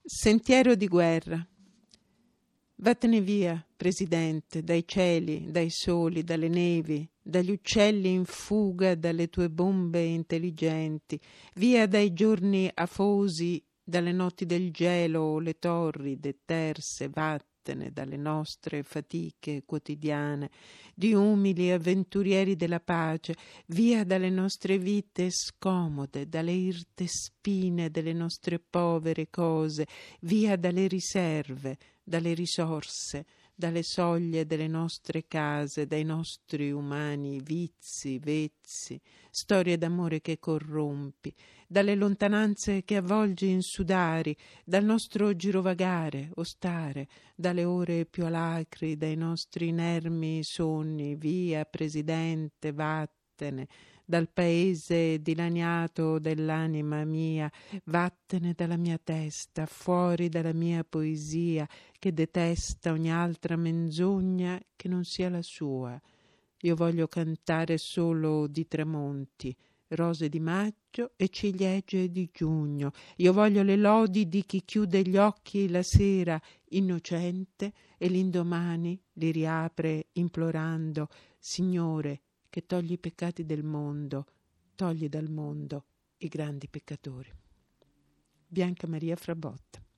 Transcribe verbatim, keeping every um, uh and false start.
Sentiero di guerra. Vattene via, Presidente, dai cieli, dai soli, dalle nevi, dagli uccelli in fuga, dalle tue bombe intelligenti, via dai giorni afosi, dalle notti del gelo, le torri deterse, vattene dalle nostre fatiche quotidiane, di umili avventurieri della pace, via dalle nostre vite scomode, dalle irte spine delle nostre povere cose, via dalle riserve, dalle risorse, dalle soglie delle nostre case, dai nostri umani vizi, vezzi, storie d'amore che corrompi, dalle lontananze che avvolgi in sudari, dal nostro girovagare o stare, dalle ore più alacri, dai nostri inermi sonni, via, Presidente, vattene, dal paese dilaniato dell'anima mia, vattene dalla mia testa, fuori dalla mia poesia, che detesta ogni altra menzogna che non sia la sua. Io voglio cantare solo di tramonti, rose di maggio e ciliegie di giugno. Io voglio le lodi di chi chiude gli occhi la sera innocente e l'indomani li riapre implorando: Signore, che togli i peccati del mondo, togli dal mondo i grandi peccatori. Bianca Maria Frabotta.